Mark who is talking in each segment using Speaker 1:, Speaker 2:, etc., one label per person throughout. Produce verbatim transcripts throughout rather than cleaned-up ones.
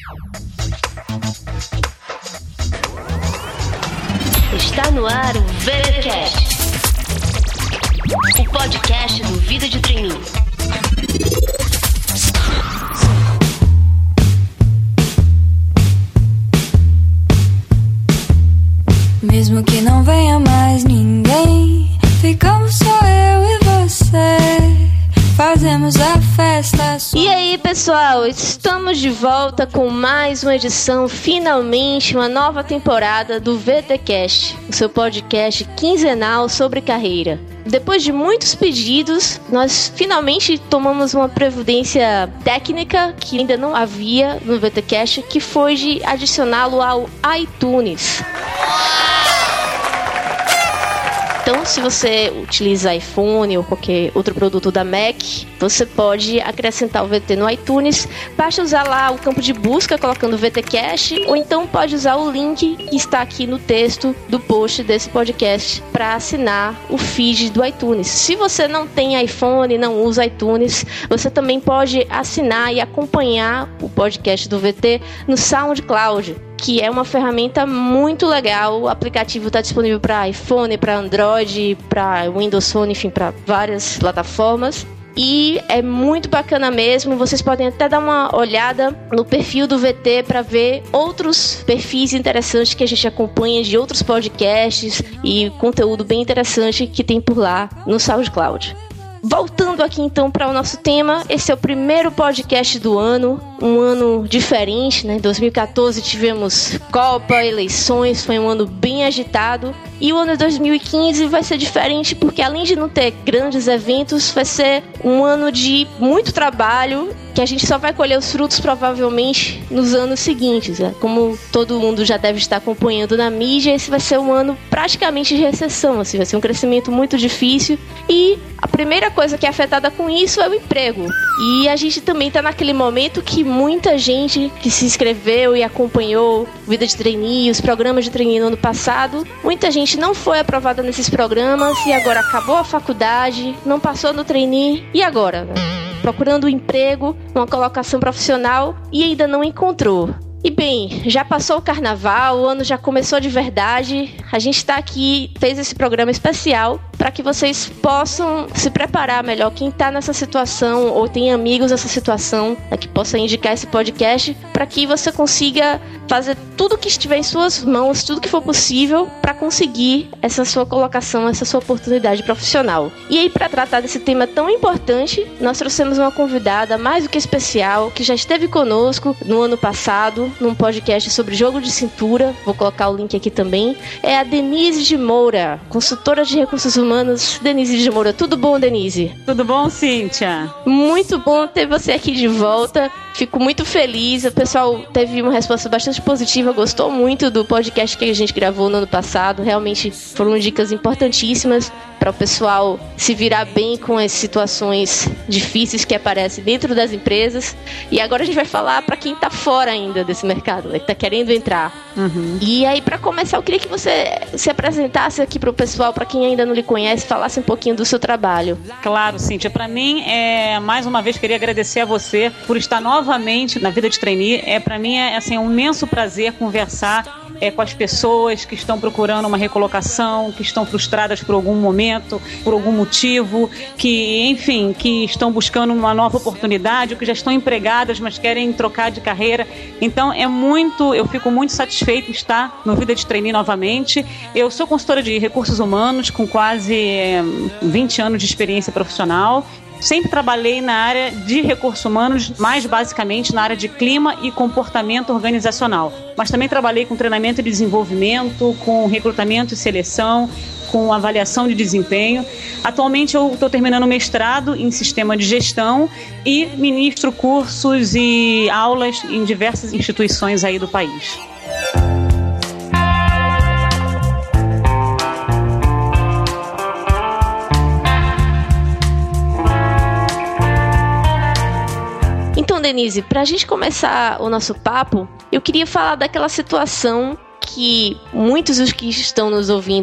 Speaker 1: Está no ar o VTCast, o podcast do Vida de Trainee.
Speaker 2: Mesmo que não venha mais ninguém, ficamos só eu e você. Fazemos a festa.
Speaker 1: E aí, pessoal, estamos de volta com mais uma edição, finalmente uma nova temporada do VTCast, o seu podcast quinzenal sobre carreira. Depois de muitos pedidos, nós finalmente tomamos uma providência técnica que ainda não havia no VTCast, que foi de adicioná-lo ao iTunes. Então, se você utiliza iPhone ou qualquer outro produto da Mac, você pode acrescentar o V T no iTunes. Basta usar lá o campo de busca colocando VTCast, ou então pode usar o link que está aqui no texto do post desse podcast para assinar o feed do iTunes. Se você não tem iPhone, não usa iTunes, você também pode assinar e acompanhar o podcast do V T no SoundCloud, que é uma ferramenta muito legal. O aplicativo está disponível para iPhone, para Android, para Windows Phone, enfim, para várias plataformas. E é muito bacana mesmo. Vocês podem até dar uma olhada no perfil do V T para ver outros perfis interessantes que a gente acompanha de outros podcasts e conteúdo bem interessante que tem por lá no SoundCloud. Voltando aqui então para o nosso tema, esse é o primeiro podcast do ano, um ano diferente, né? Em dois mil e catorze tivemos Copa, eleições, foi um ano bem agitado. E o ano de dois mil e quinze vai ser diferente porque, além de não ter grandes eventos, vai ser um ano de muito trabalho, que a gente só vai colher os frutos provavelmente nos anos seguintes, né? Como todo mundo já deve estar acompanhando na mídia, esse vai ser um ano praticamente de recessão, assim, vai ser um crescimento muito difícil. E a primeira coisa que é afetada com isso é o emprego. E a gente também está naquele momento que muita gente que se inscreveu e acompanhou Vida de Trainee, os programas de trainee no ano passado, muita gente não foi aprovada nesses programas e agora acabou a faculdade, não passou no trainee, e agora, né? Procurando um emprego, uma colocação profissional e ainda não encontrou. E bem, já passou o carnaval, o ano já começou de verdade. A gente está aqui, fez esse programa especial para que vocês possam se preparar melhor. Quem está nessa situação ou tem amigos nessa situação, né, que possa indicar esse podcast para que você consiga fazer tudo que estiver em suas mãos, tudo que for possível para conseguir essa sua colocação, essa sua oportunidade profissional. E aí, para tratar desse tema tão importante, nós trouxemos uma convidada mais do que especial, que já esteve conosco no ano passado, num podcast sobre jogo de cintura. Vou colocar o link aqui também. É a Denise de Moura, consultora de recursos humanos. Denise de Moura, tudo bom, Denise?
Speaker 3: Tudo bom, Cíntia?
Speaker 1: Muito bom ter você aqui de volta. Fico muito feliz. O pessoal teve uma resposta bastante positiva, gostou muito do podcast que a gente gravou no ano passado. Realmente foram dicas importantíssimas para o pessoal se virar bem com as situações difíceis que aparecem dentro das empresas. E agora a gente vai falar para quem está fora ainda desse mercado, né, que está querendo entrar.
Speaker 3: Uhum.
Speaker 1: E aí, para começar, eu queria que você se apresentasse aqui para o pessoal, para quem ainda não lhe conhece, falasse um pouquinho do seu trabalho.
Speaker 3: Claro, Cíntia. Para mim, é, mais uma vez, queria agradecer a você por estar novamente na Vida de Trainee. É, para mim, é assim, um imenso prazer conversar É, com as pessoas que estão procurando uma recolocação, que estão frustradas por algum momento, por algum motivo, que, enfim, que estão buscando uma nova oportunidade, ou que já estão empregadas, mas querem trocar de carreira. Então, é muito, eu fico muito satisfeita em estar no Vida de Trainee novamente. Eu sou consultora de recursos humanos, com quase é, vinte anos de experiência profissional. Sempre trabalhei na área de recursos humanos, mais basicamente na área de clima e comportamento organizacional. Mas também trabalhei com treinamento e desenvolvimento, com recrutamento e seleção, com avaliação de desempenho. Atualmente eu estou terminando o mestrado em sistema de gestão e ministro cursos e aulas em diversas instituições aí do país.
Speaker 1: Então, Denise, para a gente começar o nosso papo, eu queria falar daquela situação que muitos dos que estão nos ouvindo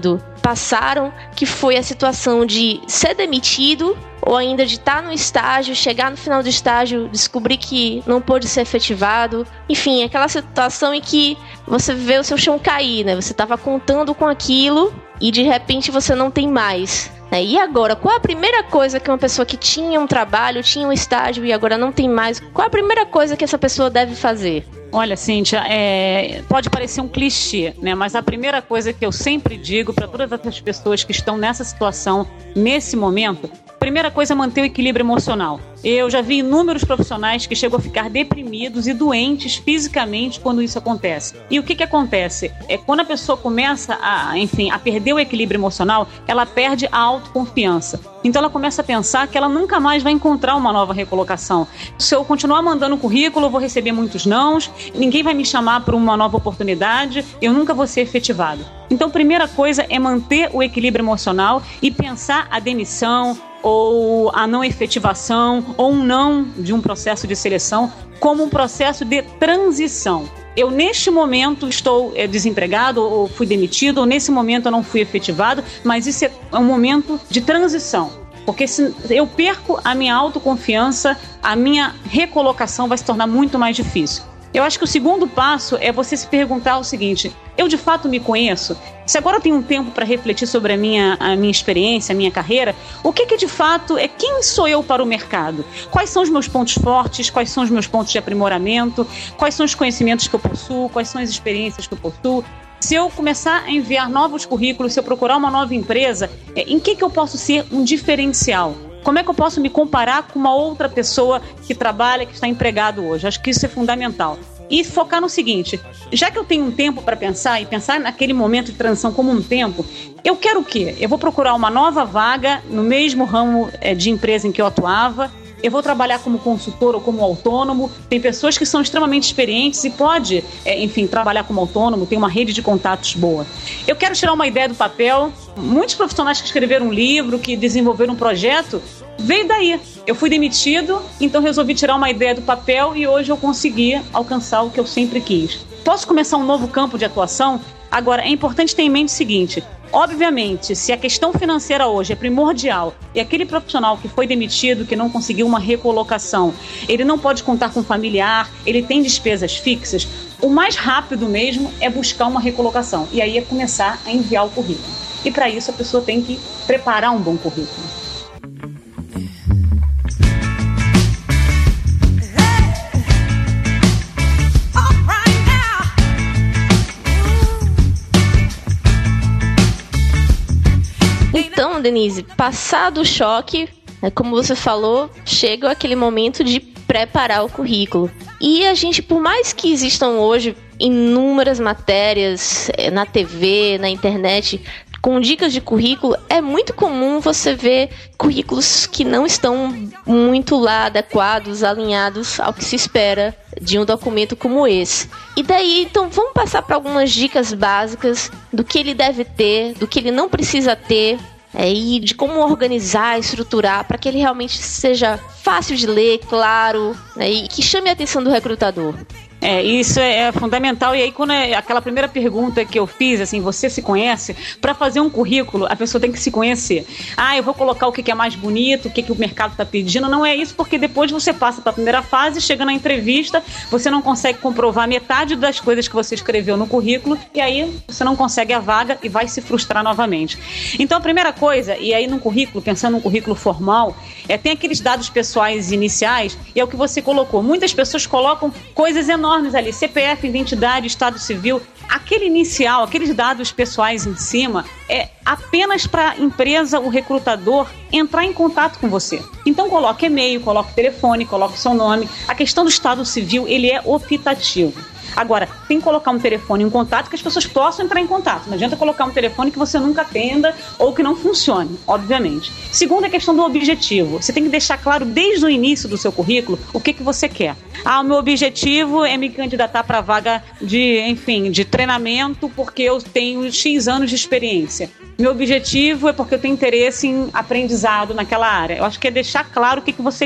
Speaker 1: passaram, que foi a situação de ser demitido ou ainda de estar no estágio, chegar no final do estágio, descobrir que não pôde ser efetivado. Enfim, aquela situação em que você vê o seu chão cair, né? Você estava contando com aquilo e de repente você não tem mais. E agora, qual a primeira coisa que uma pessoa que tinha um trabalho, tinha um estágio e agora não tem mais, qual a primeira coisa que essa pessoa deve fazer?
Speaker 3: Olha, Cíntia, é, pode parecer um clichê, né? Mas a primeira coisa que eu sempre digo para todas as pessoas que estão nessa situação, nesse momento, a primeira coisa é manter o equilíbrio emocional. Eu já vi inúmeros profissionais que chegam a ficar deprimidos e doentes fisicamente quando isso acontece. E o que que acontece? É quando a pessoa começa a, enfim, a perder o equilíbrio emocional, ela perde a autoconfiança. Então ela começa a pensar que ela nunca mais vai encontrar uma nova recolocação. Se eu continuar mandando currículo, eu vou receber muitos nãos, ninguém vai me chamar para uma nova oportunidade, eu nunca vou ser efetivado. Então a primeira coisa é manter o equilíbrio emocional e pensar a demissão, ou a não efetivação, ou um não de um processo de seleção, como um processo de transição. Eu, neste momento, estou é, desempregado, ou fui demitido, ou nesse momento eu não fui efetivado, mas isso é um momento de transição. Porque se eu perco a minha autoconfiança, a minha recolocação vai se tornar muito mais difícil. Eu acho que o segundo passo é você se perguntar o seguinte: eu de fato me conheço? Se agora eu tenho um tempo para refletir sobre a minha, a minha experiência, a minha carreira, o que que de fato é, quem sou eu para o mercado? Quais são os meus pontos fortes? Quais são os meus pontos de aprimoramento? Quais são os conhecimentos que eu possuo? Quais são as experiências que eu possuo? Se eu começar a enviar novos currículos, se eu procurar uma nova empresa, em que que eu posso ser um diferencial? Como é que eu posso me comparar com uma outra pessoa que trabalha, que está empregado hoje? Acho que isso é fundamental. E focar no seguinte: já que eu tenho um tempo para pensar e pensar naquele momento de transição como um tempo, eu quero o quê? Eu vou procurar uma nova vaga no mesmo ramo de empresa em que eu atuava. Eu vou trabalhar como consultor ou como autônomo. Tem pessoas que são extremamente experientes e pode, enfim, trabalhar como autônomo, tem uma rede de contatos boa. Eu quero tirar uma ideia do papel. Muitos profissionais que escreveram um livro, que desenvolveram um projeto, veio daí. Eu fui demitido, então resolvi tirar uma ideia do papel e hoje eu consegui alcançar o que eu sempre quis. Posso começar um novo campo de atuação? Agora, é importante ter em mente o seguinte: obviamente, se a questão financeira hoje é primordial e aquele profissional que foi demitido, que não conseguiu uma recolocação, ele não pode contar com familiar, ele tem despesas fixas, o mais rápido mesmo é buscar uma recolocação. E aí é começar a enviar o currículo. E para isso a pessoa tem que preparar um bom currículo.
Speaker 1: Então, Denise, passado o choque, como você falou, chega aquele momento de preparar o currículo. E a gente, por mais que existam hoje inúmeras matérias na T V, na internet, com dicas de currículo, é muito comum você ver currículos que não estão muito lá adequados, alinhados ao que se espera de um documento como esse. E daí, então, vamos passar para algumas dicas básicas do que ele deve ter, do que ele não precisa ter, é, e de como organizar, estruturar, para que ele realmente seja fácil de ler, claro, né, e que chame a atenção do recrutador.
Speaker 3: É, isso é, é fundamental. E aí, quando é aquela primeira pergunta que eu fiz, assim, você se conhece? Para fazer um currículo, a pessoa tem que se conhecer. Ah, eu vou colocar o que é mais bonito, o que, que o mercado está pedindo. Não é isso, porque depois você passa para a primeira fase, chega na entrevista, você não consegue comprovar metade das coisas que você escreveu no currículo, e aí você não consegue a vaga e vai se frustrar novamente. Então, a primeira coisa, e aí no currículo, pensando num currículo formal, é tem aqueles dados pessoais iniciais, e é o que você colocou. Muitas pessoas colocam coisas enormes ali, C P F, identidade, estado civil. Aquele inicial, aqueles dados pessoais em cima, é apenas para a empresa, o recrutador, entrar em contato com você. Então coloque e-mail, coloque telefone, coloque seu nome. A questão do estado civil, ele é optativo. Agora, tem que colocar um telefone em contato que as pessoas possam entrar em contato. Não adianta colocar um telefone que você nunca atenda ou que não funcione, obviamente. Segundo, a questão do objetivo. Você tem que deixar claro desde o início do seu currículo o que, que você quer. Ah, o meu objetivo é me candidatar para a vaga de, enfim, de treinamento porque eu tenho X anos de experiência. Meu objetivo é porque eu tenho interesse em aprendizado naquela área. Eu acho que é deixar claro o que, que você quer.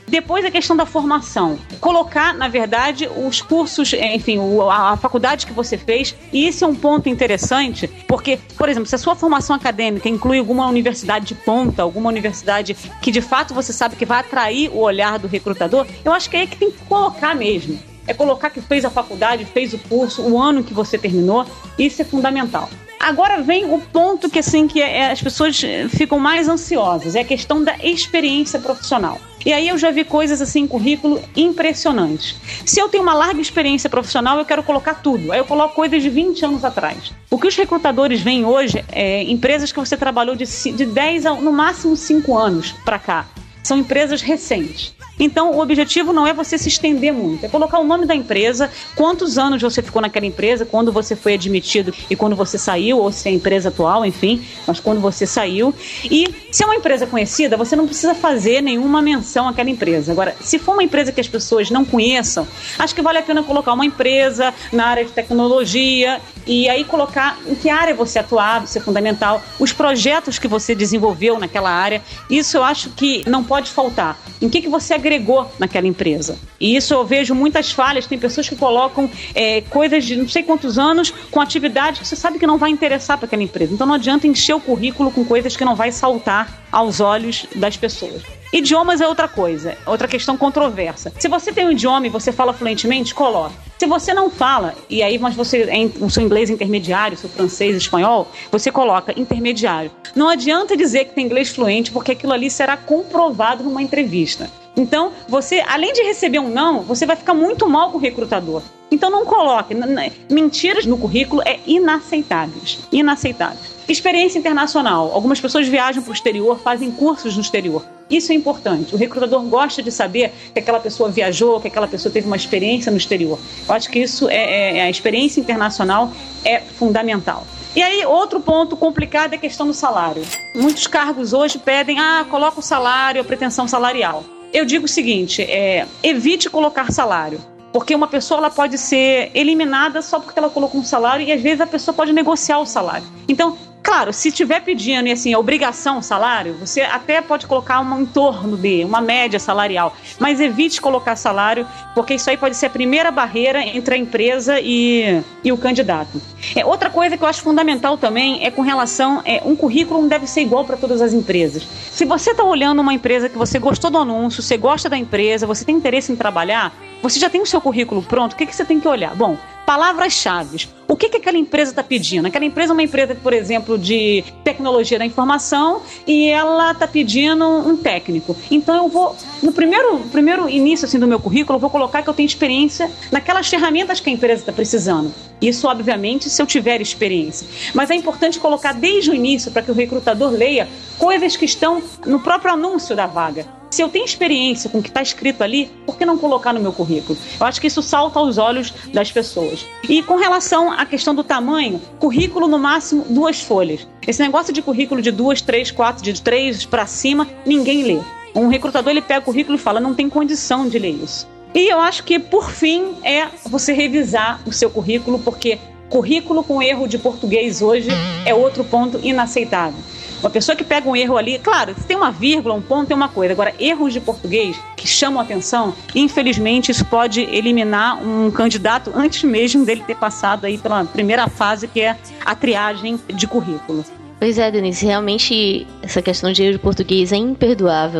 Speaker 3: Depois a questão da formação. Colocar, na verdade, os cursos, enfim, a faculdade que você fez. E esse é um ponto interessante, porque, por exemplo, se a sua formação acadêmica inclui alguma universidade de ponta, alguma universidade que de fato você sabe que vai atrair o olhar do recrutador, eu acho que é aí que tem que colocar mesmo. É colocar que fez a faculdade, fez o curso, o ano que você terminou. Isso é fundamental. Agora vem o ponto que, assim, que é, as pessoas ficam mais ansiosas, é a questão da experiência profissional. E aí eu já vi coisas assim em currículo impressionantes. Se eu tenho uma larga experiência profissional, eu quero colocar tudo. Aí eu coloco coisas de vinte anos atrás. O que os recrutadores veem hoje é empresas que você trabalhou de, de dez a no máximo cinco anos para cá. São empresas recentes. Então, o objetivo não é você se estender muito, é colocar o nome da empresa, quantos anos você ficou naquela empresa, quando você foi admitido e quando você saiu, ou se é a empresa atual, enfim, mas quando você saiu. E se é uma empresa conhecida, você não precisa fazer nenhuma menção àquela empresa. Agora, se for uma empresa que as pessoas não conheçam, acho que vale a pena colocar uma empresa na área de tecnologia e aí colocar em que área você atuava, isso é fundamental, os projetos que você desenvolveu naquela área, isso eu acho que não pode faltar. Em que, que você agregou naquela empresa? E isso eu vejo muitas falhas, tem pessoas que colocam é, coisas de não sei quantos anos com atividade que você sabe que não vai interessar para aquela empresa. Então não adianta encher o currículo com coisas que não vai saltar aos olhos das pessoas. Idiomas é outra coisa, outra questão controversa. Se você tem um idioma e você fala fluentemente, coloque. Se você não fala, e aí mas você é o seu inglês intermediário, seu francês, espanhol, você coloca intermediário. Não adianta dizer que tem inglês fluente, porque aquilo ali será comprovado numa entrevista. Então, você, além de receber um não, você vai ficar muito mal com o recrutador. Então não coloque. Mentiras no currículo é inaceitáveis. Inaceitáveis. Experiência internacional. Algumas pessoas viajam para o exterior, fazem cursos no exterior. Isso é importante. O recrutador gosta de saber que aquela pessoa viajou, que aquela pessoa teve uma experiência no exterior. Eu acho que isso é, é a experiência internacional é fundamental. E aí, outro ponto complicado é a questão do salário. Muitos cargos hoje pedem, ah, coloca o salário, a pretensão salarial. Eu digo o seguinte, é, evite colocar salário. Porque uma pessoa ela pode ser eliminada só porque ela colocou um salário e às vezes a pessoa pode negociar o salário. Então, claro, se estiver pedindo e assim, a obrigação salário, você até pode colocar um entorno de, uma média salarial, mas evite colocar salário, porque isso aí pode ser a primeira barreira entre a empresa e, e o candidato. É, outra coisa que eu acho fundamental também é com relação, é, um currículo não deve ser igual para todas as empresas. Se você está olhando uma empresa que você gostou do anúncio, você gosta da empresa, você tem interesse em trabalhar, você já tem o seu currículo pronto, o que, que você tem que olhar? Bom, palavras-chave. O que, que aquela empresa está pedindo? Aquela empresa é uma empresa, por exemplo, de tecnologia da informação e ela está pedindo um técnico. Então eu vou, no primeiro, primeiro início assim, do meu currículo, eu vou colocar que eu tenho experiência naquelas ferramentas que a empresa está precisando. Isso, obviamente, se eu tiver experiência. Mas é importante colocar desde o início para que o recrutador leia coisas que estão no próprio anúncio da vaga. Se eu tenho experiência com o que está escrito ali, por que não colocar no meu currículo? Eu acho que isso salta aos olhos das pessoas. E com relação à questão do tamanho, currículo no máximo duas folhas. Esse negócio de currículo de duas, três, quatro, de três para cima, ninguém lê. Um recrutador ele pega o currículo e fala, não tem condição de ler isso. E eu acho que, por fim, é você revisar o seu currículo, porque currículo com erro de português hoje é outro ponto inaceitável. Uma pessoa que pega um erro ali, claro, se tem uma vírgula, um ponto, tem uma coisa. Agora, erros de português que chamam a atenção, infelizmente isso pode eliminar um candidato antes mesmo dele ter passado aí pela primeira fase, que é a triagem de currículo.
Speaker 1: Pois é, Denise, realmente essa questão de erro de português é imperdoável.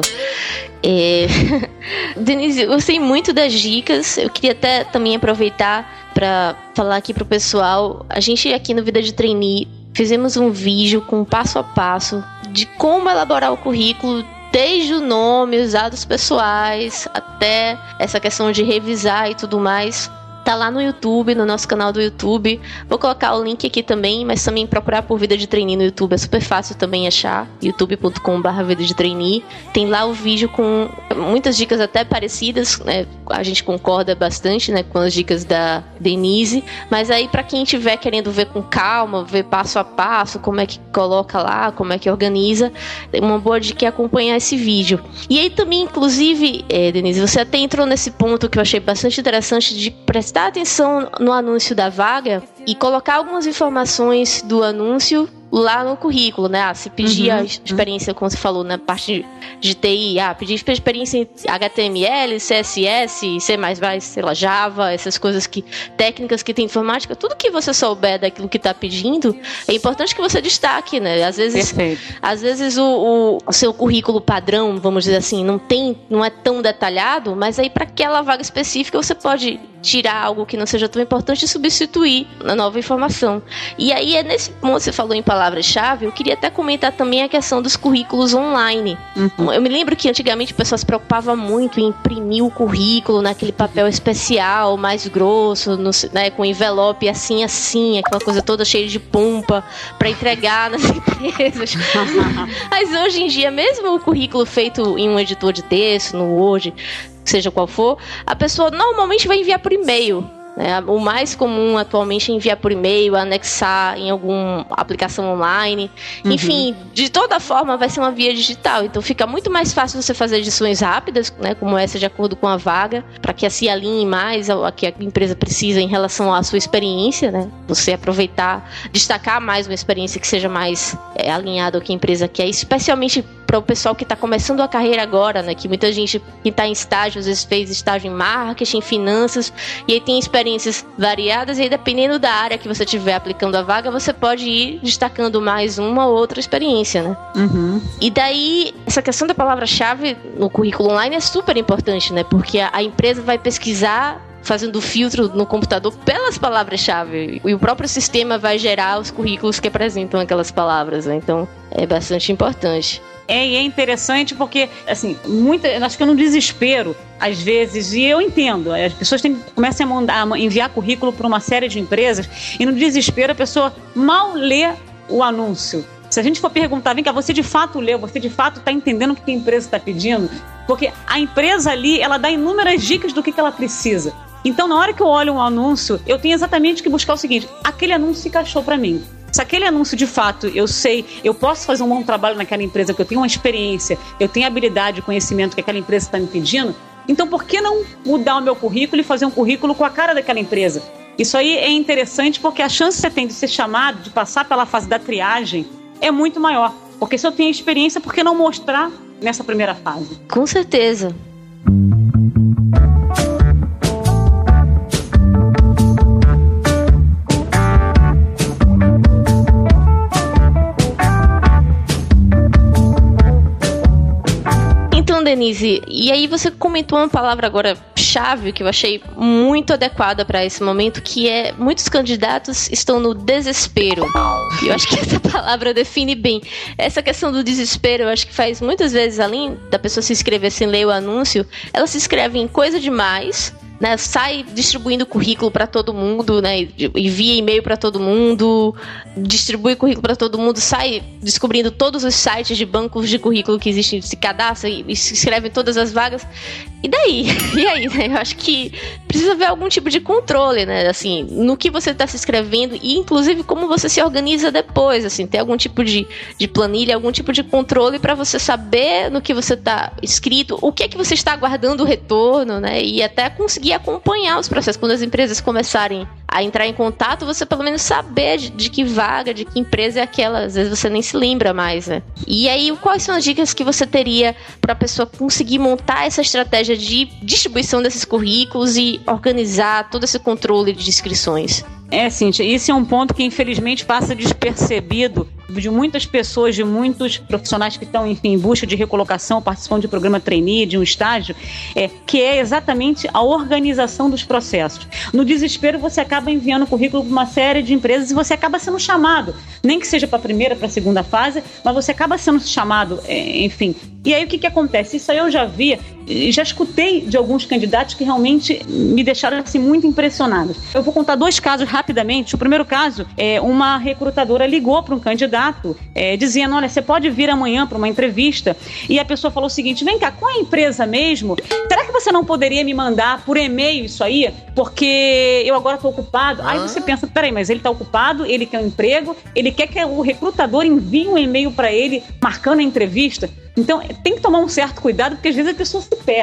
Speaker 1: É... Denise, eu gostei muito das dicas, eu queria até também aproveitar para falar aqui pro pessoal, a gente aqui no Vida de Trainee fizemos um vídeo com passo a passo de como elaborar o currículo, desde o nome, os dados pessoais, até essa questão de revisar e tudo mais. Tá lá no YouTube, no nosso canal do YouTube. Vou colocar o link aqui também, mas também procurar por Vida de Trainee no YouTube é super fácil também achar. youtube ponto com barra vida de trainee. Tem lá o vídeo com muitas dicas até parecidas, né? A gente concorda bastante, né, com as dicas da Denise. Mas aí para quem estiver querendo ver com calma, ver passo a passo, como é que coloca lá, como é que organiza, uma boa dica é acompanhar esse vídeo. E aí também, inclusive, é, Denise, você até entrou nesse ponto que eu achei bastante interessante de prestar atenção no anúncio da vaga e colocar algumas informações do anúncio lá no currículo, né? Ah, se pedir
Speaker 3: Uhum,
Speaker 1: a experiência, como você falou, na parte de T I, ah, pedir experiência em H T M L, C S S, C mais mais, sei lá, Java, essas coisas que, técnicas que tem informática, tudo que você souber daquilo que está pedindo, é importante que você destaque, né? Às vezes,
Speaker 3: Perfeito.
Speaker 1: às vezes o, o, o seu currículo padrão, vamos dizer assim, não tem, não é tão detalhado, mas aí para aquela vaga específica você pode tirar algo que não seja tão importante e substituir na nova informação. E aí é nesse ponto que você falou em palavras-chave, eu queria até comentar também a questão dos currículos online. Uhum. Eu me lembro que antigamente o pessoal se preocupava muito em imprimir o currículo naquele papel especial, mais grosso, no, né, com envelope assim, assim, aquela coisa toda cheia de pompa para entregar nas empresas. Mas hoje em dia, mesmo o currículo feito em um editor de texto, no Word, seja qual for, a pessoa normalmente vai enviar por e-mail. Né? O mais comum atualmente é enviar por e-mail, anexar em alguma aplicação online. Uhum. Enfim, de toda forma vai ser uma via digital. Então fica muito mais fácil você fazer edições rápidas, né, como essa, de acordo com a vaga, para que se alinhe mais ao que a empresa precisa em relação à sua experiência. Né? Você aproveitar, destacar mais uma experiência que seja mais é, alinhada ao que a empresa quer, especialmente para o pessoal que está começando a carreira agora, né? Que muita gente que está em estágio, às vezes fez estágio em marketing, em finanças, e aí tem experiências variadas, e aí dependendo da área que você estiver aplicando a vaga, você pode ir destacando mais uma ou outra experiência, né?
Speaker 3: Uhum.
Speaker 1: E daí, essa questão da palavra-chave no currículo online é super importante, né? Porque a, a empresa vai pesquisar fazendo filtro no computador pelas palavras-chave, e o próprio sistema vai gerar os currículos que apresentam aquelas palavras, né? Então, é bastante importante.
Speaker 3: É, e é interessante porque, assim, muita, acho que é no desespero, às vezes, e eu entendo, as pessoas têm, começam a, mandar, a enviar currículo para uma série de empresas, e no desespero a pessoa mal lê o anúncio. Se a gente for perguntar, vem cá, você de fato leu, você de fato está entendendo o que a empresa está pedindo? Porque a empresa ali, ela dá inúmeras dicas do que, que ela precisa. Então, na hora que eu olho um anúncio, eu tenho exatamente que buscar o seguinte: aquele anúncio se encaixou para mim. Se aquele anúncio, de fato, eu sei, eu posso fazer um bom trabalho naquela empresa, porque eu tenho uma experiência, eu tenho habilidade e conhecimento que aquela empresa está me pedindo, então por que não mudar o meu currículo e fazer um currículo com a cara daquela empresa? Isso aí é interessante porque a chance que você tem de ser chamado, de passar pela fase da triagem, é muito maior. Porque se eu tenho experiência, por que não mostrar nessa primeira fase?
Speaker 1: Com certeza. Então, Denise, e aí você comentou uma palavra agora chave que eu achei muito adequada para esse momento, que é: muitos candidatos estão no desespero. E eu acho que essa palavra define bem essa questão do desespero. Eu acho que faz muitas vezes, além da pessoa se inscrever sem ler o anúncio, ela se inscreve em coisa demais, né, sai distribuindo currículo para todo mundo, né, envia e-mail para todo mundo, distribui currículo para todo mundo, sai descobrindo todos os sites de bancos de currículo que existem, se cadastra e se inscreve em todas as vagas. E daí? E aí, né? Eu acho que precisa haver algum tipo de controle, né, assim, no que você está se inscrevendo e, inclusive, como você se organiza depois, assim, ter algum tipo de, de planilha, algum tipo de controle para você saber no que você está inscrito, o que é que você está aguardando o retorno, né, e até conseguir acompanhar os processos. Quando as empresas começarem a entrar em contato, você pelo menos saber de, de que vaga, de que empresa é aquela. Às vezes você nem se lembra mais, né? E aí, quais são as dicas que você teria para a pessoa conseguir montar essa estratégia de distribuição desses currículos e organizar todo esse controle de inscrições?
Speaker 3: É, Cíntia, isso é um ponto que infelizmente passa despercebido de muitas pessoas, de muitos profissionais que estão, enfim, em busca de recolocação, participando de programa trainee, de um estágio, é, que é exatamente a organização dos processos. No desespero, você acaba enviando currículo para uma série de empresas e você acaba sendo chamado, nem que seja para a primeira, para a segunda fase, mas você acaba sendo chamado, é, enfim. E aí o que, que acontece? Isso aí eu já vi, já escutei de alguns candidatos que realmente me deixaram assim, muito impressionados. Eu vou contar dois casos rapidamente. O primeiro caso é uma recrutadora ligou para um candidato é, dizendo: olha, você pode vir amanhã para uma entrevista. E a pessoa falou o seguinte: vem cá, qual é a empresa mesmo? Será que você não poderia me mandar por e-mail isso aí? Porque eu agora estou ocupado. Ah. Aí você pensa, peraí, mas ele está ocupado, ele quer um emprego, ele quer que o recrutador envie um e-mail para ele marcando a entrevista. Então, tem que tomar um certo cuidado, porque às vezes a pessoa se perde.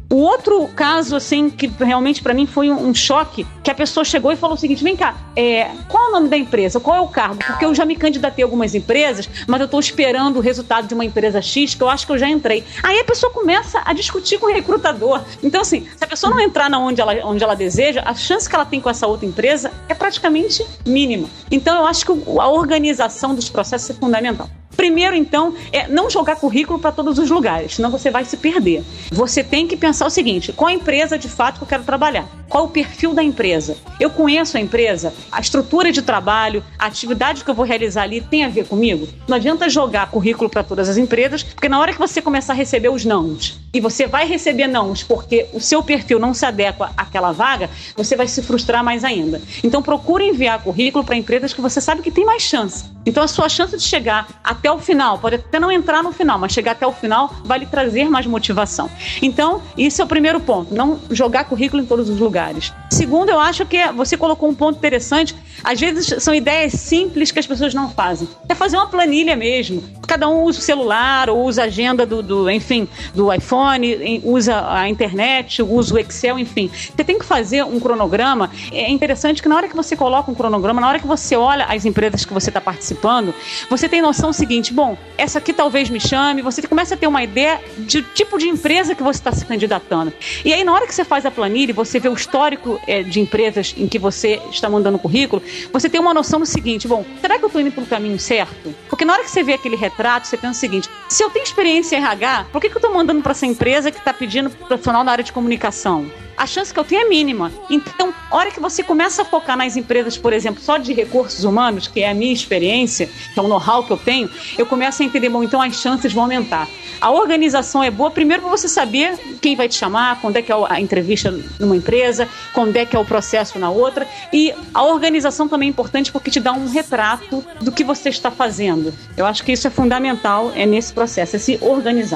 Speaker 3: O outro caso, assim, que realmente pra mim foi um, um choque, que a pessoa chegou e falou o seguinte, vem cá, é, qual é o nome da empresa? Qual é o cargo? Porque eu já me candidatei a algumas empresas, mas eu tô esperando o resultado de uma empresa X, que eu acho que eu já entrei. Aí a pessoa começa a discutir com o recrutador. Então, assim, se a pessoa não entrar na onde ela, onde ela deseja, a chance que ela tem com essa outra empresa é praticamente mínima. Então, eu acho que a organização dos processos é fundamental. Primeiro, então, é não jogar currículo para todos os lugares, senão você vai se perder. Você tem que pensar o seguinte, qual a empresa de fato que eu quero trabalhar? Qual o perfil da empresa? Eu conheço a empresa? A estrutura de trabalho, a atividade que eu vou realizar ali tem a ver comigo? Não adianta jogar currículo para todas as empresas, porque na hora que você começar a receber os nãos, e você vai receber nãos porque o seu perfil não se adequa àquela vaga, você vai se frustrar mais ainda. Então, procure enviar currículo para empresas que você sabe que tem mais chance. Então, a sua chance de chegar até o final, pode até não entrar no final, mas chegar até o final vai lhe trazer mais motivação. Então, isso é o primeiro ponto, não jogar currículo em todos os lugares. Segundo, eu acho que você colocou um ponto interessante, às vezes são ideias simples que as pessoas não fazem. É fazer uma planilha mesmo. Cada um usa o celular, ou usa a agenda do, do, enfim, do iPhone, usa a internet, usa o Excel, enfim. Você tem que fazer um cronograma. É interessante que na hora que você coloca um cronograma, na hora que você olha as empresas que você está participando, você tem noção seguinte, bom, essa aqui talvez me chame, você começa a ter uma ideia de tipo de empresa que você está se candidatando. E aí, na hora que você faz a planilha e você vê o histórico é, de empresas em que você está mandando currículo, você tem uma noção do seguinte, bom, será que eu estou indo pelo caminho certo? Porque na hora que você vê aquele retrato, você pensa o seguinte, se eu tenho experiência em R H, por que, que eu estou mandando para essa empresa que está pedindo profissional na área de comunicação? A chance que eu tenho é mínima. Então, a hora que você começa a focar nas empresas, por exemplo, só de recursos humanos, que é a minha experiência, que é o know-how que eu tenho, eu começo a entender, bom, então as chances vão aumentar. A organização é boa, primeiro para você saber quem vai te chamar, quando é que é a entrevista numa empresa, quando é que é o processo na outra, e a organização também é importante porque te dá um retrato do que você está fazendo. Eu acho que isso é fundamental, é nesse processo, é se organizar.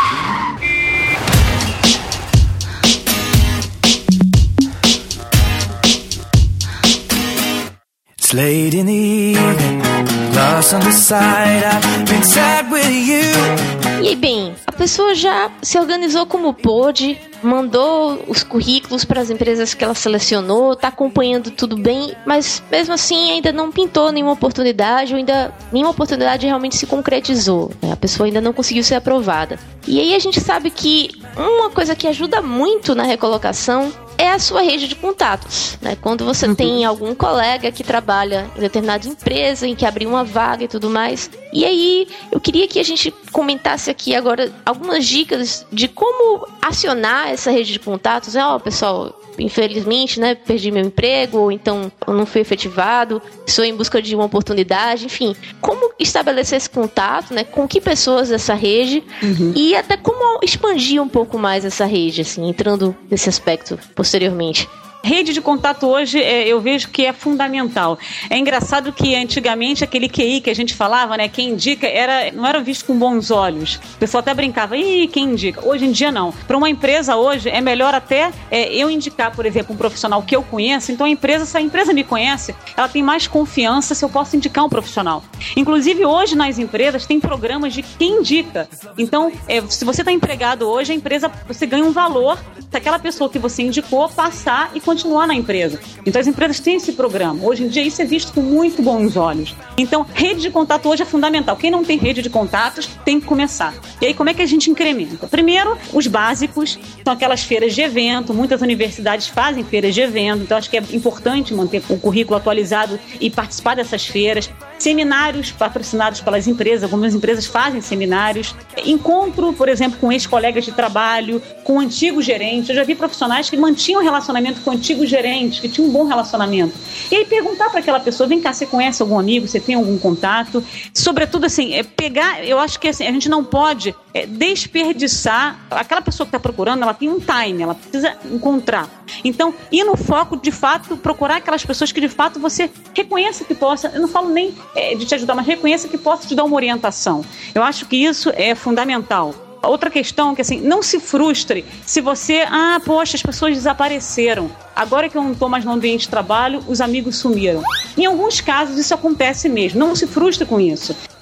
Speaker 4: Late in the evening, lost on the side, I've been sad with you.
Speaker 1: E aí, bem, a pessoa já se organizou como pôde, mandou os currículos para as empresas que ela selecionou, tá acompanhando tudo bem, mas mesmo assim ainda não pintou nenhuma oportunidade, ou ainda nenhuma oportunidade realmente se concretizou, né? A pessoa ainda não conseguiu ser aprovada. E aí a gente sabe que uma coisa que ajuda muito na recolocação é a sua rede de contatos, né? Quando você uhum. tem algum colega que trabalha em determinada empresa, em que abriu uma vaga e tudo mais. E aí, eu queria que a gente comentasse aqui agora algumas dicas de como acionar essa rede de contatos. Ó, oh, pessoal, infelizmente, né, perdi meu emprego, ou então eu não fui efetivado, estou em busca de uma oportunidade, enfim. Como estabelecer esse contato, né? Com que pessoas dessa rede uhum. e até como expandir um pouco mais essa rede, assim, entrando nesse aspecto posteriormente.
Speaker 3: Rede de contato hoje, é, eu vejo que é fundamental. É engraçado que antigamente aquele Q I que a gente falava, né, quem indica, era, não era visto com bons olhos. O pessoal até brincava, ih, quem indica? Hoje em dia não. Para uma empresa hoje é melhor até é, eu indicar, por exemplo, um profissional que eu conheço. Então a empresa, se a empresa me conhece, ela tem mais confiança se eu posso indicar um profissional. Inclusive hoje nas empresas tem programas de quem indica. Então, é, se você está empregado hoje, a empresa, você ganha um valor se aquela pessoa que você indicou passar e continuar na empresa. Então as empresas têm esse programa. Hoje em dia isso é visto com muito bons olhos. Então rede de contato hoje é fundamental. Quem não tem rede de contatos tem que começar. E aí como é que a gente incrementa? Primeiro, os básicos, são aquelas feiras de evento. Muitas universidades fazem feiras de evento, então acho que é importante manter o currículo atualizado e participar dessas feiras. Seminários patrocinados pelas empresas, algumas empresas fazem seminários. Encontro, por exemplo, com ex-colegas de trabalho, com antigos gerentes. Eu já vi profissionais que mantinham relacionamento com antigos gerentes, que tinham um bom relacionamento. E aí perguntar para aquela pessoa, vem cá, você conhece algum amigo, você tem algum contato? Sobretudo, assim, é pegar, eu acho que assim, a gente não pode é, desperdiçar, aquela pessoa que está procurando, ela tem um time, ela precisa encontrar. Então, ir no foco, de fato, procurar aquelas pessoas que de fato você reconheça que possa, eu não falo nem é, de te ajudar, mas reconheça que possa te dar uma orientação. Eu acho que isso é fundamental. Outra questão é que, assim, não se frustre se você, ah, poxa, as pessoas desapareceram. Agora que eu não estou mais no ambiente de trabalho, os amigos sumiram. Em alguns casos isso acontece mesmo, não se frustre com isso.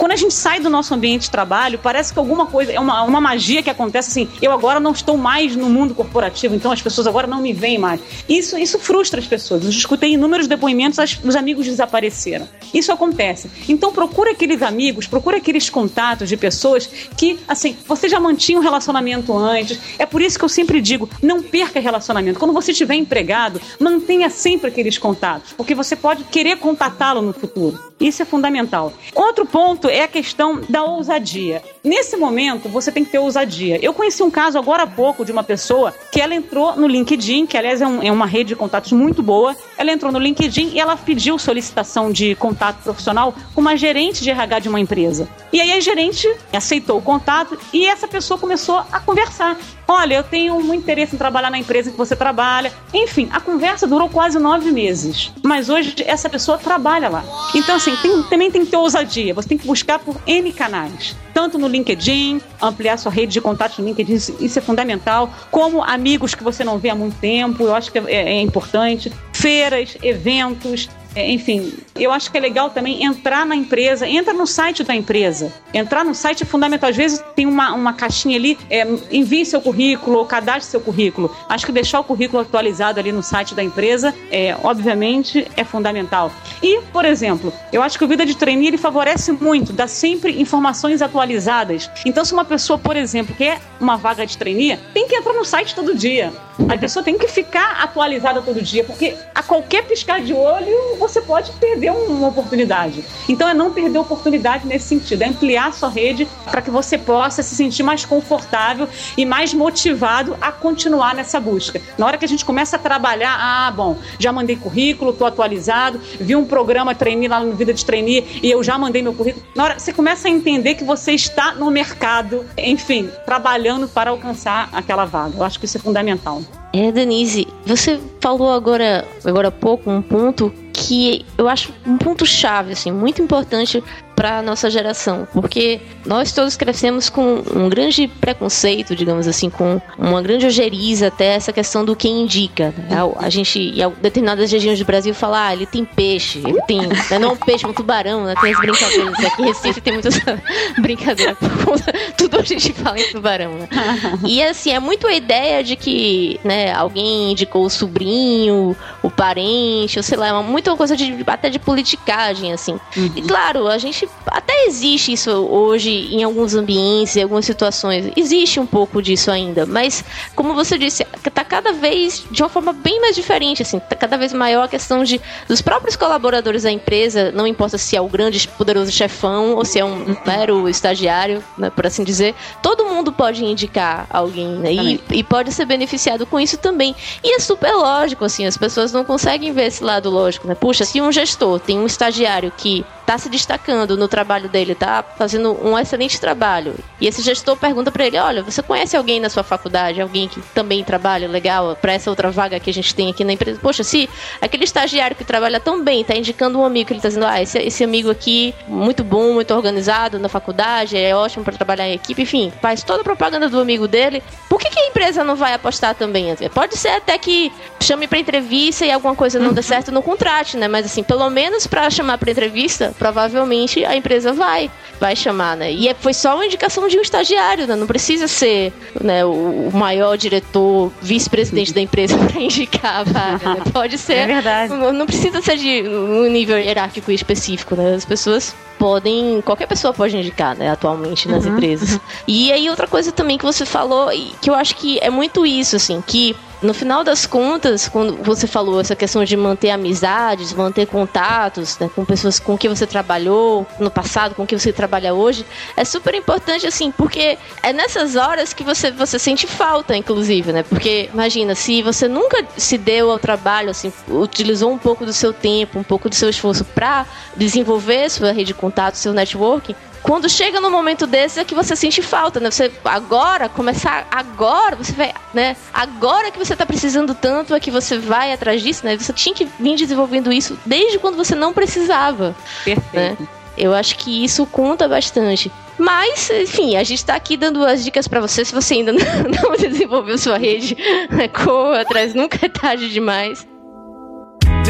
Speaker 3: Quando a gente sai do nosso ambiente de trabalho, parece que alguma coisa, é uma, uma magia que acontece assim, eu agora não estou mais no mundo corporativo, então as pessoas agora não me veem mais. Isso, isso frustra as pessoas. Eu escutei inúmeros depoimentos, as, os amigos desapareceram. Isso acontece. Então procura aqueles amigos, procura aqueles contatos de pessoas que, assim, você já mantinha um relacionamento antes. É por isso que eu sempre digo, não perca relacionamento. Quando você estiver empregado, mantenha sempre aqueles contatos, porque você pode querer contatá-lo no futuro. Isso é fundamental. Outro ponto é a questão da ousadia. Nesse momento, você tem que ter ousadia. Eu conheci um caso agora há pouco de uma pessoa que ela entrou no LinkedIn, que aliás é, um, é uma rede de contatos muito boa. Ela entrou no LinkedIn e ela pediu solicitação de contato profissional com uma gerente de R H de uma empresa. E aí a gerente aceitou o contato e essa pessoa começou a conversar. Olha, eu tenho muito interesse em trabalhar na empresa que você trabalha. Enfim, a conversa durou quase nove meses. Mas hoje essa pessoa trabalha lá. Então, assim, tem, também tem que ter ousadia. Você tem que buscar por N canais. Tanto no LinkedIn, ampliar sua rede de contatos no LinkedIn, isso é fundamental. Como amigos que você não vê há muito tempo, eu acho que é, é importante. Feiras, eventos. Enfim, eu acho que é legal também entrar na empresa, entra no site da empresa. Entrar no site é fundamental. Às vezes tem uma, uma caixinha ali, é, envie seu currículo ou cadastre seu currículo. Acho que deixar o currículo atualizado ali no site da empresa, é, obviamente, é fundamental. E, por exemplo, eu acho que o Vida de Trainee ele favorece muito, dá sempre informações atualizadas. Então, se uma pessoa, por exemplo, quer uma vaga de trainee, tem que entrar no site todo dia. A pessoa tem que ficar atualizada todo dia, porque a qualquer piscar de olho você pode perder uma oportunidade. Então é não perder oportunidade nesse sentido, é ampliar sua rede para que você possa se sentir mais confortável e mais motivado a continuar nessa busca. Na hora que a gente começa a trabalhar, ah, bom, já mandei currículo, estou atualizado, vi um programa trainee lá no Vida de Trainee e eu já mandei meu currículo. Na hora você começa a entender que você está no mercado, enfim, trabalhando para alcançar aquela vaga. Eu acho que isso é fundamental.
Speaker 1: É, Denise, você falou agora, agora há pouco um ponto que eu acho um ponto chave, assim, muito importante para a nossa geração, porque nós todos crescemos com um grande preconceito, digamos assim, com uma grande ojeriza até essa questão do quem indica. Né? A gente, em determinadas regiões do Brasil, fala, ah, ele tem peixe, ele tem, né, não um peixe, um tubarão, né? Tem as brincadeiras. Aqui em Recife tem muitas brincadeiras, tudo a gente fala em tubarão, né? E assim, é muito a ideia de que, né, alguém indicou o sobrinho, o parente, ou sei lá, é uma, muita coisa de, até de politicagem, assim. Uhum. E claro, a gente até existe isso hoje em alguns ambientes, em algumas situações. Existe um pouco disso ainda, mas como você disse, tá cada vez de uma forma bem mais diferente, assim, tá cada vez maior a questão de, dos próprios colaboradores da empresa, não importa se é o grande, poderoso chefão ou se é um mero estagiário, né, por assim dizer, todo mundo pode indicar alguém, né, e, e pode ser beneficiado com isso também. E é super lógico, assim, as pessoas não conseguem ver esse lado lógico, né? Puxa, se um gestor tem um estagiário que tá se destacando no trabalho dele, tá fazendo um excelente trabalho, e esse gestor pergunta pra ele, olha, você conhece alguém na sua faculdade, alguém que também trabalha legal pra essa outra vaga que a gente tem aqui na empresa? Poxa, se aquele estagiário que trabalha tão bem tá indicando um amigo que ele tá dizendo, ah, esse, esse amigo aqui, muito bom, muito organizado na faculdade, é ótimo pra trabalhar em equipe, enfim, faz toda a propaganda do amigo dele, por que que a empresa não vai apostar também? Pode ser até que chame pra entrevista e alguma coisa não dê certo no contrato, né, mas assim, pelo menos pra chamar pra entrevista, provavelmente a empresa vai, vai chamar, né? E foi só uma indicação de um estagiário, né? Não precisa ser, né, o maior diretor, vice-presidente da empresa para indicar a vaga, né? Pode ser.
Speaker 3: É verdade.
Speaker 1: Não, não precisa ser de um nível hierárquico específico, né? As pessoas podem, qualquer pessoa pode indicar, né, atualmente nas uhum, empresas. Uhum. E aí outra coisa também que você falou, e que eu acho que é muito isso, assim, que no final das contas, quando você falou essa questão de manter amizades, manter contatos, né, com pessoas com quem você trabalhou no passado, com quem você trabalha hoje, é super importante, assim, porque é nessas horas que você, você sente falta, inclusive, né? Porque, imagina, se você nunca se deu ao trabalho, assim, utilizou um pouco do seu tempo, um pouco do seu esforço para desenvolver sua rede de contatos, seu networking, quando chega num momento desse é que você sente falta, né? Você agora, começar agora, você vai, né? Agora que você tá precisando tanto é que você vai atrás disso, né? Você tinha que vir desenvolvendo isso desde quando você não precisava.
Speaker 3: Perfeito.
Speaker 1: Né? Eu acho que isso conta bastante. Mas, enfim, a gente tá aqui dando as dicas pra você. Se você ainda não, não desenvolveu sua rede, né? Corra atrás, nunca é tarde demais.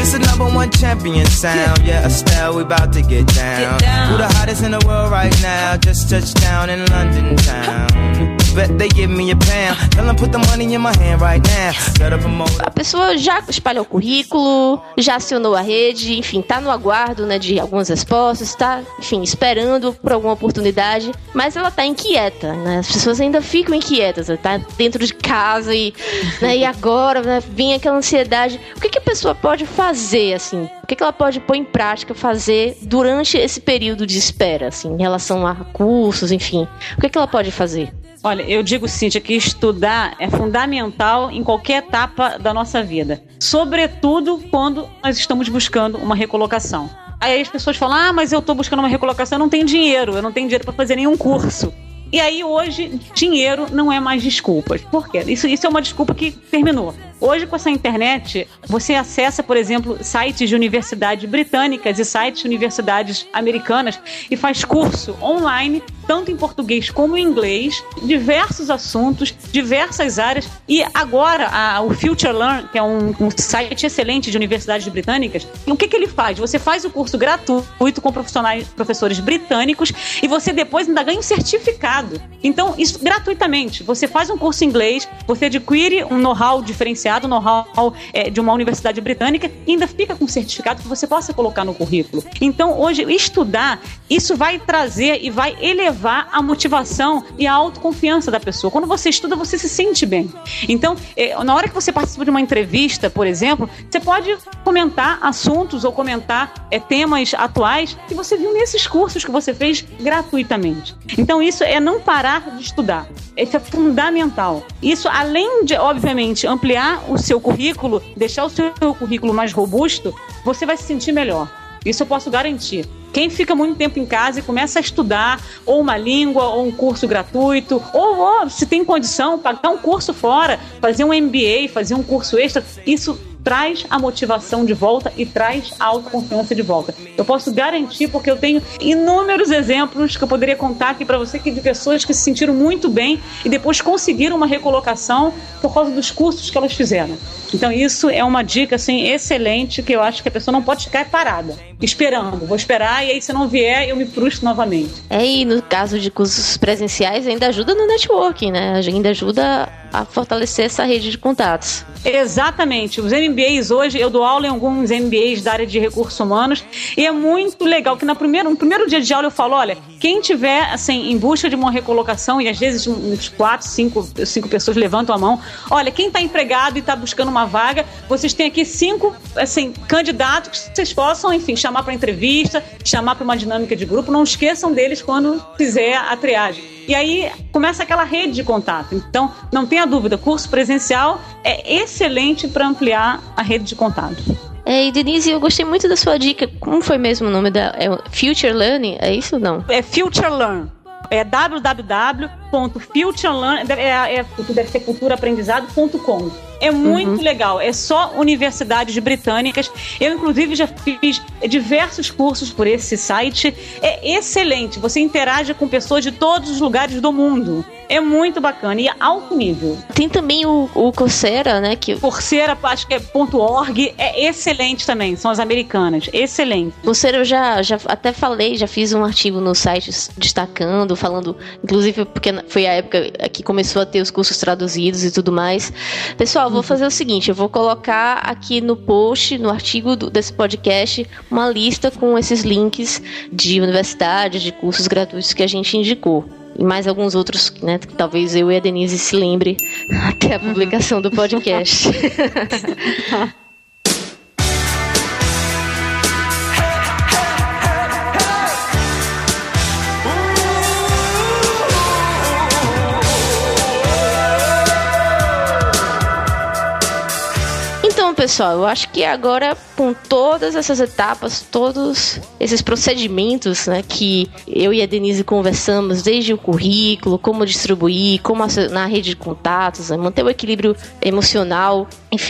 Speaker 4: This is number one champion sound. Yeah, Estelle, we about to get down. Who the hottest in the world right now? Just touched down in London town. Bet they give me a pound. Tell them put the money in my hand right now. Gotta promote.
Speaker 1: A pessoa já espalhou o currículo, já acionou a rede, enfim, tá no aguardo, né, de algumas respostas, tá, enfim, esperando por alguma oportunidade, mas ela tá inquieta, né? As pessoas ainda ficam inquietas, tá dentro de casa e, né, e agora, né, vem aquela ansiedade. O que que a pessoa pode fazer, assim? O que que ela pode pôr em prática, fazer durante esse período de espera, assim, em relação a cursos, enfim? O que que ela pode fazer?
Speaker 3: Olha, eu digo, Cíntia, que estudar é fundamental em qualquer etapa da nossa vida. Sobretudo quando nós estamos buscando uma recolocação. Aí as pessoas falam, ah, mas eu estou buscando uma recolocação, eu não tenho dinheiro, eu não tenho dinheiro para fazer nenhum curso. E aí hoje, dinheiro não é mais desculpa. Por quê? Isso, isso é uma desculpa que terminou. Hoje, com essa internet, você acessa, por exemplo, sites de universidades britânicas e sites de universidades americanas e faz curso online, tanto em português como em inglês, diversos assuntos, diversas áreas. E agora, a, o Future Learn, que é um, um site excelente de universidades britânicas, o que, que ele faz? Você faz o curso gratuito com profissionais, professores britânicos e você depois ainda ganha um certificado. Então, isso gratuitamente. Você faz um curso em inglês, você adquire um know-how diferenciado, know-how é, de uma universidade britânica e ainda fica com um certificado que você possa colocar no currículo. Então, hoje, estudar, isso vai trazer e vai elevar a motivação e a autoconfiança da pessoa. Quando você estuda, você se sente bem. Então, é, na hora que você participa de uma entrevista, por exemplo, você pode comentar assuntos ou comentar é, temas atuais que você viu nesses cursos que você fez gratuitamente. Então, isso é não parar de estudar. Isso é fundamental. Isso, além de, obviamente, ampliar o seu currículo, deixar o seu currículo mais robusto, você vai se sentir melhor. Isso eu posso garantir. Quem fica muito tempo em casa e começa a estudar ou uma língua, ou um curso gratuito, ou, ou se tem condição, pagar um curso fora, fazer um M B A, fazer um curso extra, isso traz a motivação de volta e traz a autoconfiança de volta. Eu posso garantir, porque eu tenho inúmeros exemplos que eu poderia contar aqui para você, que de pessoas que se sentiram muito bem e depois conseguiram uma recolocação por causa dos cursos que elas fizeram. Então isso é uma dica assim, excelente, que eu acho que a pessoa não pode ficar parada, esperando. Vou esperar e aí se não vier eu me frustro novamente.
Speaker 1: É, e no caso de cursos presenciais ainda ajuda no networking, né? Ainda ajuda a fortalecer essa rede de contatos.
Speaker 3: Exatamente. Os M B As hoje, eu dou aula em alguns M B As da área de recursos humanos e é muito legal que na primeira, no primeiro dia de aula eu falo, olha, quem tiver assim, em busca de uma recolocação, e às vezes uns quatro, cinco, cinco pessoas levantam a mão, olha, quem está empregado e está buscando uma vaga, vocês têm aqui cinco assim, candidatos que vocês possam, enfim, chamar para entrevista, chamar para uma dinâmica de grupo, não esqueçam deles quando fizer a triagem. E aí começa aquela rede de contato. Então, não tenha dúvida, curso presencial é excelente para ampliar a rede de contato.
Speaker 1: É, e Denise, eu gostei muito da sua dica. Como foi mesmo o nome da... É Future Learning? É isso ou não?
Speaker 3: É Future Learn. É w w w ponto future learn, é, é, deve ser cultura aprendizado ponto com. É muito uhum. legal, é só universidades britânicas. Eu, inclusive, já fiz diversos cursos por esse site. É excelente, você interage com pessoas de todos os lugares do mundo. É muito bacana e é alto nível.
Speaker 1: Tem também o, o Coursera, né? Que...
Speaker 3: Coursera, acho que é .org, é excelente também, são as americanas, excelente.
Speaker 1: Coursera eu já, já até falei, já fiz um artigo no site destacando, falando, inclusive porque foi a época que começou a ter os cursos traduzidos e tudo mais. Pessoal, vou fazer o seguinte, eu vou colocar aqui no post, no artigo do, desse podcast, uma lista com esses links de universidades, de cursos gratuitos que a gente indicou. E mais alguns outros, né, que talvez eu e a Denise se lembre até a publicação do podcast. Então, pessoal, eu acho que agora, com todas essas etapas, todos esses procedimentos, né, que eu e a Denise conversamos, desde o currículo, como distribuir, como na rede de contatos, né, manter o equilíbrio emocional, enfim,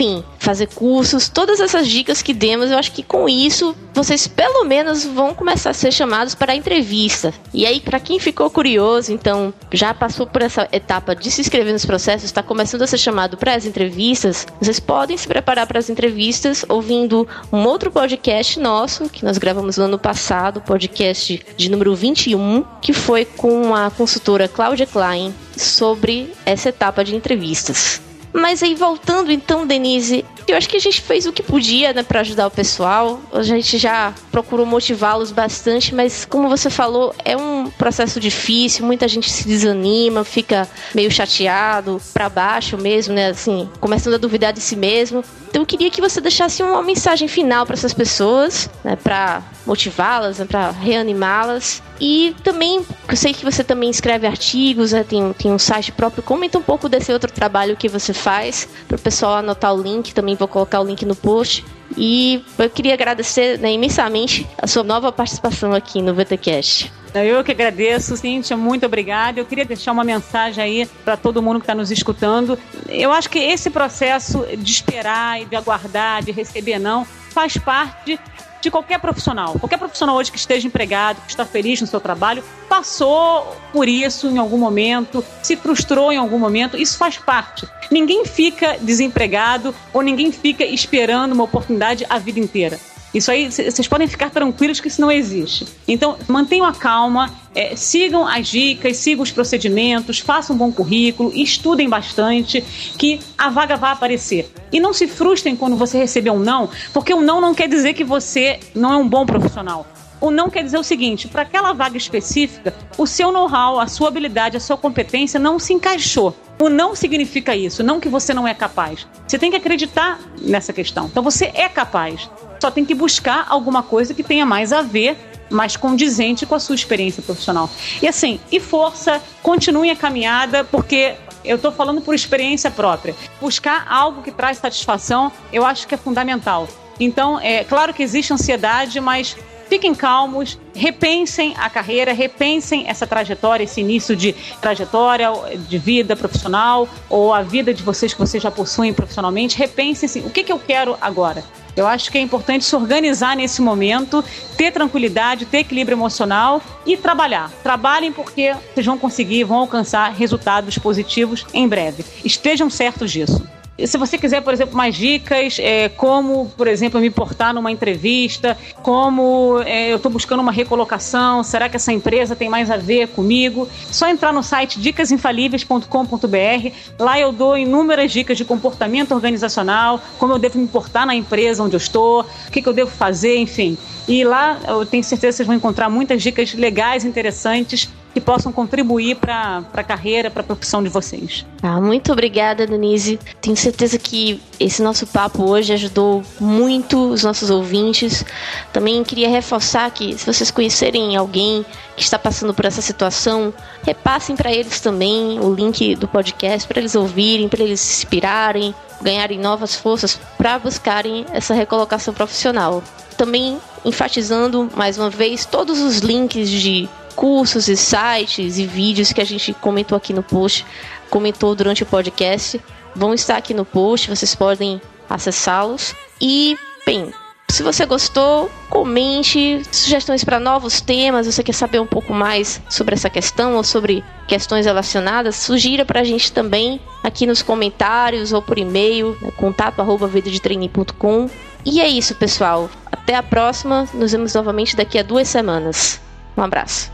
Speaker 1: fazer cursos, todas essas dicas que demos, eu acho que com isso vocês pelo menos vão começar a ser chamados para a entrevista. E aí, para quem ficou curioso, então já passou por essa etapa de se inscrever nos processos, está começando a ser chamado para as entrevistas, vocês podem se preparar para as entrevistas ouvindo um outro podcast nosso, que nós gravamos no ano passado, podcast de número vinte e um, que foi com a consultora Cláudia Klein, sobre essa etapa de entrevistas. Mas aí, voltando então, Denise, eu acho que a gente fez o que podia, né, para ajudar o pessoal. A gente já procurou motivá-los bastante, mas como você falou, é um processo difícil, muita gente se desanima, fica meio chateado, para baixo mesmo, né, assim, começando a duvidar de si mesmo. Então eu queria que você deixasse uma mensagem final para essas pessoas, né, para motivá-las, né, para reanimá-las. E também, eu sei que você também escreve artigos, né, tem, tem um site próprio. Comenta um pouco desse outro trabalho que você faz, para o pessoal anotar o link. Também vou colocar o link no post. E eu queria agradecer, né, imensamente a sua nova participação aqui no VTcast.
Speaker 3: Eu que agradeço, Cíntia, muito obrigada. Eu queria deixar uma mensagem aí para todo mundo que está nos escutando. Eu acho que esse processo de esperar e de aguardar, de receber não, faz parte de qualquer profissional. Qualquer profissional hoje que esteja empregado, que está feliz no seu trabalho, passou por isso em algum momento, se frustrou em algum momento, isso faz parte. Ninguém fica desempregado ou ninguém fica esperando uma oportunidade a vida inteira. Isso aí, vocês podem ficar tranquilos que isso não existe. Então, mantenham a calma, é, sigam as dicas, sigam os procedimentos, façam um bom currículo, estudem bastante, que a vaga vai aparecer. E não se frustrem quando você receber um não, porque um não não quer dizer que você não é um bom profissional. O não quer dizer o seguinte: para aquela vaga específica, o seu know-how, a sua habilidade, a sua competência não se encaixou. O não significa isso, não que você não é capaz. Você tem que acreditar nessa questão. Então você é capaz. Só tem que buscar alguma coisa que tenha mais a ver, mais condizente com a sua experiência profissional. E assim, e força, continue a caminhada, porque eu estou falando por experiência própria. Buscar algo que traz satisfação, eu acho que é fundamental. Então, é claro que existe ansiedade, mas fiquem calmos, repensem a carreira, repensem essa trajetória, esse início de trajetória, de vida profissional, ou a vida de vocês que vocês já possuem profissionalmente. Repensem assim, o que, que eu quero agora? Eu acho que é importante se organizar nesse momento, ter tranquilidade, ter equilíbrio emocional e trabalhar. Trabalhem porque vocês vão conseguir, vão alcançar resultados positivos em breve. Estejam certos disso. Se você quiser, por exemplo, mais dicas, é, como, por exemplo, me portar numa entrevista, como é, eu estou buscando uma recolocação, será que essa empresa tem mais a ver comigo? Só entrar no site dicas infalíveis ponto com ponto b r. Lá eu dou inúmeras dicas de comportamento organizacional, como eu devo me portar na empresa onde eu estou, o que, que eu devo fazer, enfim. E lá eu tenho certeza que vocês vão encontrar muitas dicas legais, interessantes, que possam contribuir para a carreira, para a profissão de vocês.
Speaker 1: Ah, muito obrigada, Denise. Tenho certeza que esse nosso papo hoje ajudou muito os nossos ouvintes. Também queria reforçar que, se vocês conhecerem alguém que está passando por essa situação, repassem para eles também o link do podcast, para eles ouvirem, para eles se inspirarem, ganharem novas forças para buscarem essa recolocação profissional. Também enfatizando, mais uma vez, todos os links de cursos e sites e vídeos que a gente comentou aqui no post, comentou durante o podcast, vão estar aqui no post, vocês podem acessá-los. E, bem, se você gostou, comente sugestões para novos temas, você quer saber um pouco mais sobre essa questão ou sobre questões relacionadas, sugira para a gente também aqui nos comentários ou por e-mail, né, contato arroba vida de trainee ponto com. E é isso, pessoal. Até a próxima, nos vemos novamente daqui a duas semanas. Um abraço.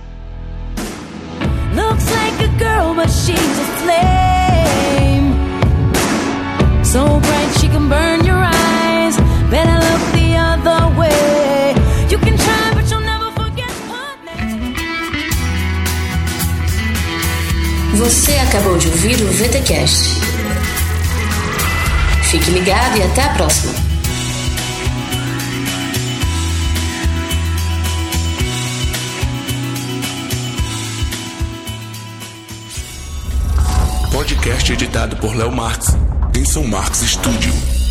Speaker 2: Looks like a girl, but she's a flame. So bright she can burn your eyes. Better look the other way. You can try, but you'll never forget her name.
Speaker 5: Você acabou de ouvir o VTcast. Fique ligado e até a próxima.
Speaker 6: Podcast editado por Léo Marques, em São Marcos Studio.